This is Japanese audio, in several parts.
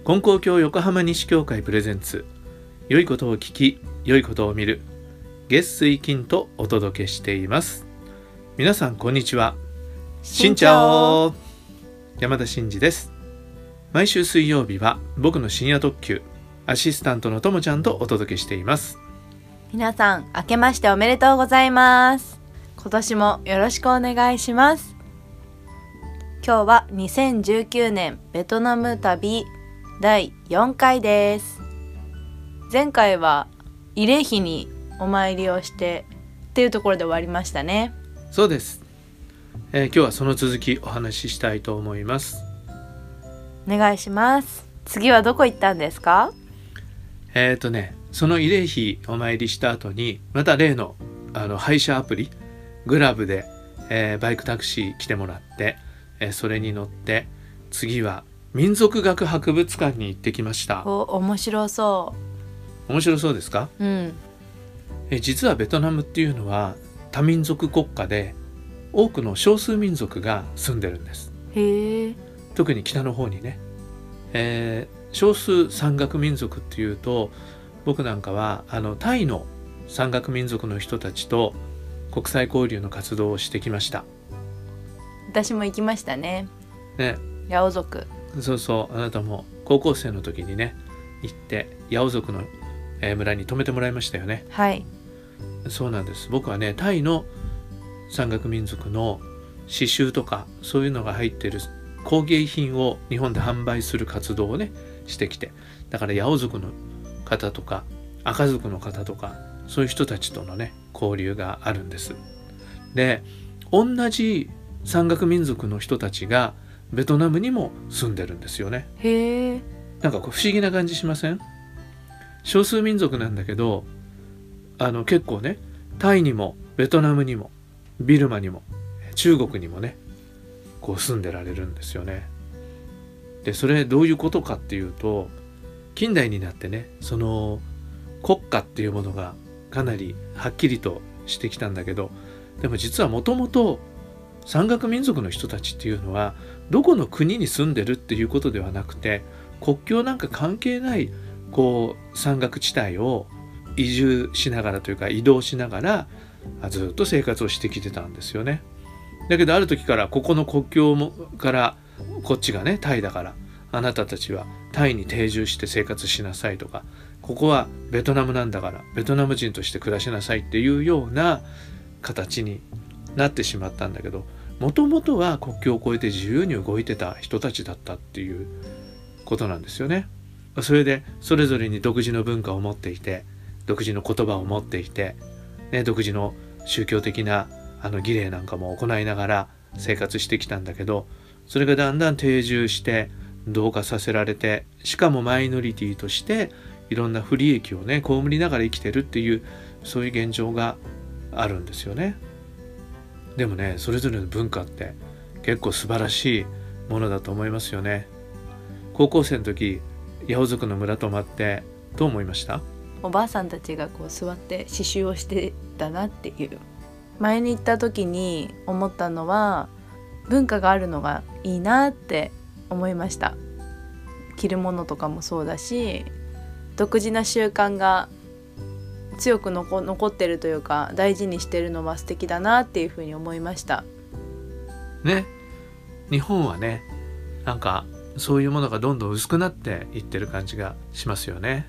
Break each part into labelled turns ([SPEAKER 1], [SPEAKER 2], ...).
[SPEAKER 1] 金光教横浜西教会プレゼンツ、良いことを聞き良いことを見る、月水金とお届けしています。皆さんこんにちは。しんちゃお、山田真嗣です。毎週水曜日は僕の深夜特急アシスタントのともちゃんとお届けしています。
[SPEAKER 2] 皆さん明けましておめでとうございます。今年もよろしくお願いします。今日は2019年ベトナム旅第4回です。前回は慰霊碑にお参りをしてっていうところで終わりましたね。
[SPEAKER 1] そうです。今日はその続きお話ししたいと思います。
[SPEAKER 2] お願いします。次はどこ行ったんですか？
[SPEAKER 1] その慰霊碑お参りした後にまた例の配車アプリグラブで、バイクタクシー来てもらって、それに乗って次は民族学博物館に行ってきました。
[SPEAKER 2] 面白そ
[SPEAKER 1] う。面白そうですか？実はベトナムっていうのは多民族国家で多くの少数民族が住んでるんです。
[SPEAKER 2] へえ。
[SPEAKER 1] 特に北の方にね、少数山岳民族っていうと僕なんかはタイの山岳民族の人たちと国際交流の活動をしてきました。
[SPEAKER 2] 私も行きましたね。ヤオ族。
[SPEAKER 1] そうそう、あなたも高校生の時にね行ってヤオ族の村に泊めてもらいましたよね。
[SPEAKER 2] はい。
[SPEAKER 1] そうなんです。僕はねタイの山岳民族の刺繍とかそういうのが入っている工芸品を日本で販売する活動をねしてきて、だからヤオ族の方とか赤族の方とかそういう人たちとのね交流があるんです。で、同じ山岳民族の人たちがベトナムにも住んでるんですよね。
[SPEAKER 2] へえ。
[SPEAKER 1] なんかこう不思議な感じしません？少数民族なんだけど結構ねタイにもベトナムにもビルマにも中国にもねこう住んでられるんですよね。でそれどういうことかっていうと、近代になってねその国家っていうものがかなりはっきりとしてきたんだけど、でも実はもともと山岳民族の人たちっていうのはどこの国に住んでるっていうことではなくて、国境なんか関係ないこう山岳地帯を移住しながらというか移動しながらずっと生活をしてきてたんですよね。だけどある時からここの国境からこっちがねタイだからあなたたちはタイに定住して生活しなさいとか、ここはベトナムなんだからベトナム人として暮らしなさいっていうような形になってしまったんだけど、もともとは国境を越えて自由に動いてた人たちだったっていうことなんですよね。それでそれぞれに独自の文化を持っていて独自の言葉を持っていて、独自の宗教的な儀礼なんかも行いながら生活してきたんだけど、それがだんだん定住して同化させられて、しかもマイノリティとしていろんな不利益をね被りながら生きてるっていうそういう現状があるんですよね。でもねそれぞれの文化って結構素晴らしいものだと思いますよね。高校生の時ヤオ族の村泊まってどう思いました？
[SPEAKER 2] おばあさんたちがこう座って刺繍をしてたなっていう。前に行った時に思ったのは文化があるのがいいなって思いました。着るものとかもそうだし、独自な習慣が強く残ってるというか大事にしてるのは素敵だなっていうふうに思いました
[SPEAKER 1] ね。日本はねなんかそういうものがどんどん薄くなっていってる感じがしますよね。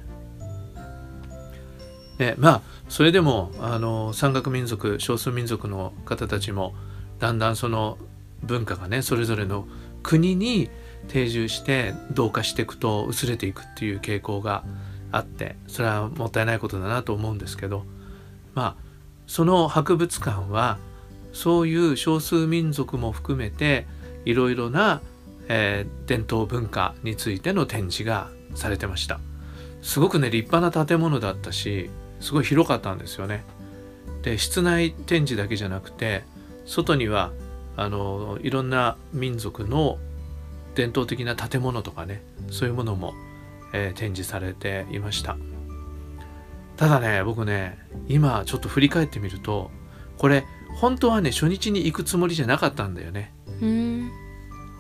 [SPEAKER 1] それでも山岳民族少数民族の方たちもだんだんその文化がねそれぞれの国に定住して同化していくと薄れていくっていう傾向があって、それはもったいないことだなと思うんですけど、その博物館はそういう少数民族も含めていろいろな、伝統文化についての展示がされてました。すごくね立派な建物だったしすごい広かったんですよね。で室内展示だけじゃなくて外にはいろんな民族の伝統的な建物とかねそういうものも、展示されていました。ただね僕ね今ちょっと振り返ってみるとこれ本当はね初日に行くつもりじゃなかったんだよね。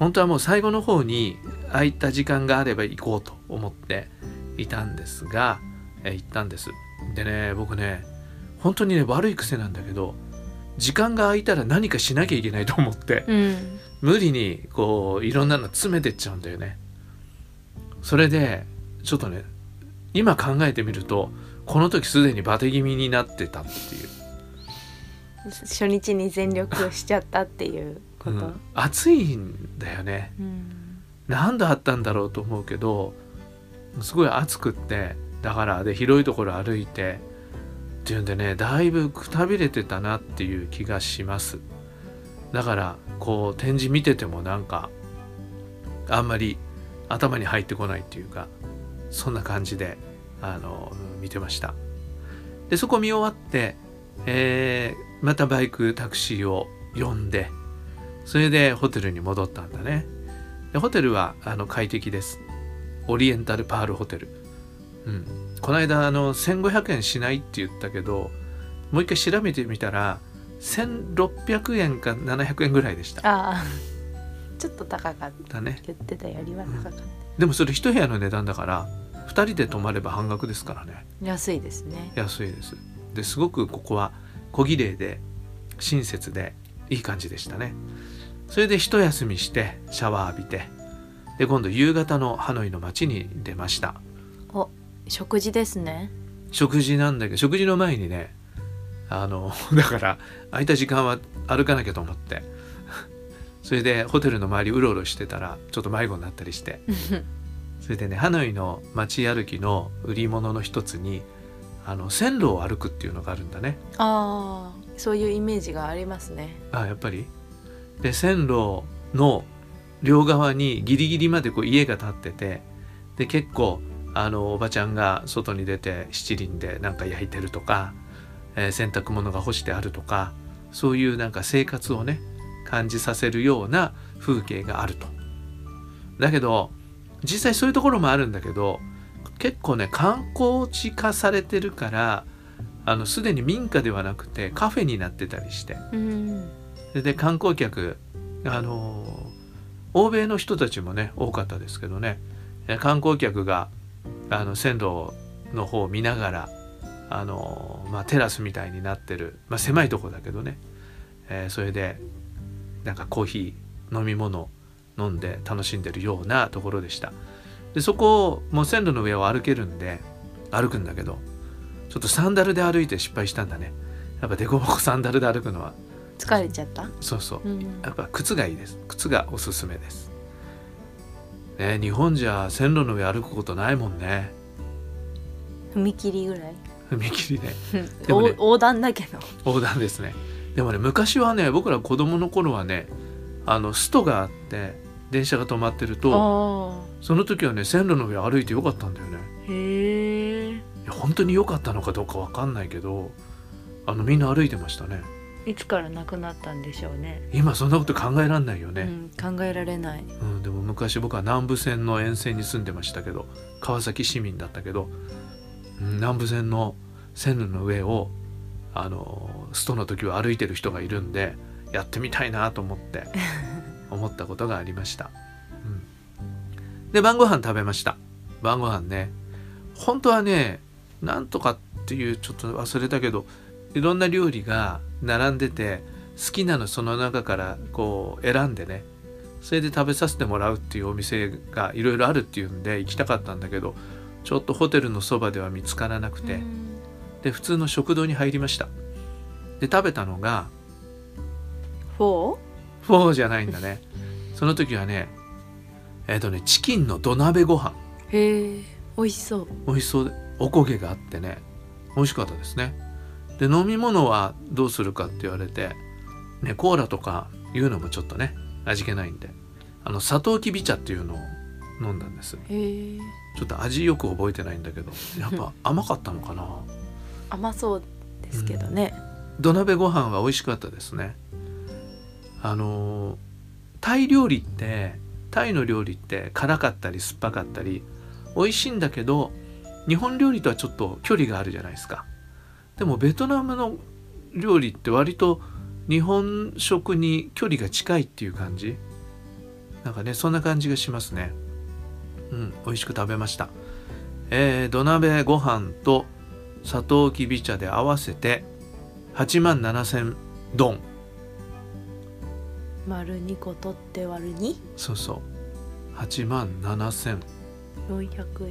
[SPEAKER 1] 本当はもう最後の方に空いた時間があれば行こうと思っていたんですが、行ったんです。でね、僕ね本当にね悪い癖なんだけど、時間が空いたら何かしなきゃいけないと思って、無理にこういろんなの詰めてっちゃうんだよね。それでちょっとね今考えてみると、この時すでにバテ気味になってたっていう。
[SPEAKER 2] 初日に全力しちゃったっていうこと、
[SPEAKER 1] 暑いんだよね、何度あったんだろうと思うけど、すごい暑くって、だからで広いところ歩いてっていうんでね、だいぶくたびれてたなっていう気がします。だからこう展示見ててもなんかあんまり頭に入ってこないっていうか、そんな感じで見てました。でそこ見終わって、またバイクタクシーを呼んで、それでホテルに戻ったんだね。でホテルは快適です。オリエンタルパールホテル、この間1500円しないって言ったけど、もう一回調べてみたら1600円か700円ぐらいでした。
[SPEAKER 2] ちょっと高かったね。言ってたよりは高かった、
[SPEAKER 1] でもそれ一部屋の値段だから2人で泊まれば半額ですからね。
[SPEAKER 2] 安いですね。
[SPEAKER 1] 安いです。ですごくここは小綺麗で親切でいい感じでしたね。それで一休みしてシャワー浴びて、で今度夕方のハノイの街に出ました。
[SPEAKER 2] 食事ですね。
[SPEAKER 1] 食事なんだけど、食事の前にねだから空いた時間は歩かなきゃと思ってそれでホテルの周りうろうろしてたらちょっと迷子になったりしてそれでね、ハノイの街歩きの売り物の一つに線路を歩くっていうのがあるんだね。
[SPEAKER 2] そういうイメージがありますね。
[SPEAKER 1] やっぱり。で線路の両側にギリギリまでこう家が建ってて、で結構おばちゃんが外に出て七輪でなんか焼いてるとか、洗濯物が干してあるとか、そういうなんか生活をね感じさせるような風景があると。だけど実際そういうところもあるんだけど、結構ね観光地化されてるからすでに民家ではなくてカフェになってたりして、で観光客欧米の人たちもね多かったですけどね、観光客が線路の方を見ながらテラスみたいになってる、狭いとこだけどね、それでなんかコーヒー飲み物飲んで楽しんでるようなところでした。でそこをもう線路の上を歩けるんで歩くんだけど、ちょっとサンダルで歩いて失敗したんだね。やっぱデコボコサンダルで歩くのは
[SPEAKER 2] 疲れちゃった。
[SPEAKER 1] そうそう、やっぱ靴がいいです。靴がおすすめです、日本じゃ線路の上歩くことないもんね。
[SPEAKER 2] 踏切ぐらい。
[SPEAKER 1] 踏切ね
[SPEAKER 2] でもね横断だけど。
[SPEAKER 1] 横断ですね。でもね昔はね、僕ら子供の頃はねストがあって電車が止まってると、その時はね線路の上歩いてよかったんだよね。
[SPEAKER 2] へえ。
[SPEAKER 1] 本当に良かったのかどうか分かんないけどみんな歩いてましたね。
[SPEAKER 2] いつからなくなったんでしょうね。
[SPEAKER 1] 今そんなこと考えられないよね、
[SPEAKER 2] 考えられない、
[SPEAKER 1] でも昔僕は南武線の沿線に住んでましたけど、川崎市民だったけど、南武線の線路の上をストの時は歩いてる人がいるんで、やってみたいなと思って思ったことがありました、で晩ご飯食べました。晩ご飯ね、本当はねなんとかっていうちょっと忘れたけど、いろんな料理が並んでて、好きなのその中からこう選んでね、それで食べさせてもらうっていうお店がいろいろあるっていうんで行きたかったんだけど、ちょっとホテルのそばでは見つからなくて、で普通の食堂に入りました。で食べたのが
[SPEAKER 2] フォ
[SPEAKER 1] ーじゃないんだねその時はねチキンの土鍋ご飯。
[SPEAKER 2] へえ、美味しそう。
[SPEAKER 1] 美味しそうで、おこげがあってね美味しかったですね。で飲み物はどうするかって言われて、コーラとかいうのもちょっとね味気ないんで、サトウキビ茶っていうのを飲んだんです。
[SPEAKER 2] へえ。
[SPEAKER 1] ちょっと味よく覚えてないんだけど、やっぱ甘かったのかな
[SPEAKER 2] 甘そうですけどね、
[SPEAKER 1] 土鍋ご飯は美味しかったですね。タイ料理ってタイの料理って辛かったり酸っぱかったり美味しいんだけど、日本料理とはちょっと距離があるじゃないですか。でもベトナムの料理って割と日本食に距離が近いっていう感じ。 なんかねそんな感じがしますね。美味しく食べました。土鍋ご飯とサトウキビ茶で合わせて87,000ドン。
[SPEAKER 2] 丸2個取って割る 2？
[SPEAKER 1] そうそう87,400
[SPEAKER 2] 400円ぐ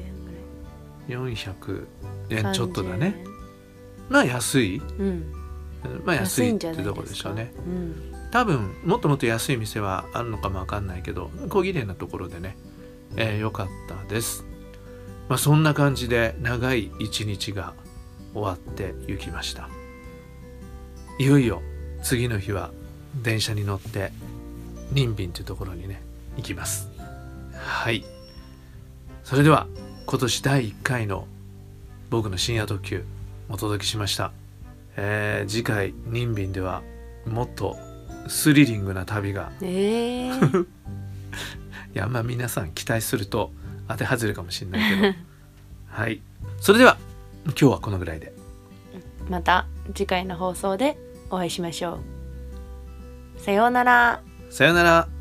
[SPEAKER 2] らい。
[SPEAKER 1] 円ちょっとだね。
[SPEAKER 2] 30円。
[SPEAKER 1] まあ安い、まあ安い
[SPEAKER 2] 安いんじ
[SPEAKER 1] ってと
[SPEAKER 2] ゃないですか。
[SPEAKER 1] ころでしょうね。多分もっともっと安い店はあるのかもわかんないけど、小綺麗なところでね、良かったです。まあそんな感じで長い一日が終わって行きました。いよいよ次の日は電車に乗ってニンビンというところにね行きます。はい、それでは今年第1回の僕の深夜特急お届けしました。次回ニンビンではもっとスリリングな旅がいやまあ皆さん期待すると当て外れかもしれないけどはい、それでは今日はこのぐらいで、
[SPEAKER 2] また次回の放送でお会いしましょう。さようなら。
[SPEAKER 1] さようなら。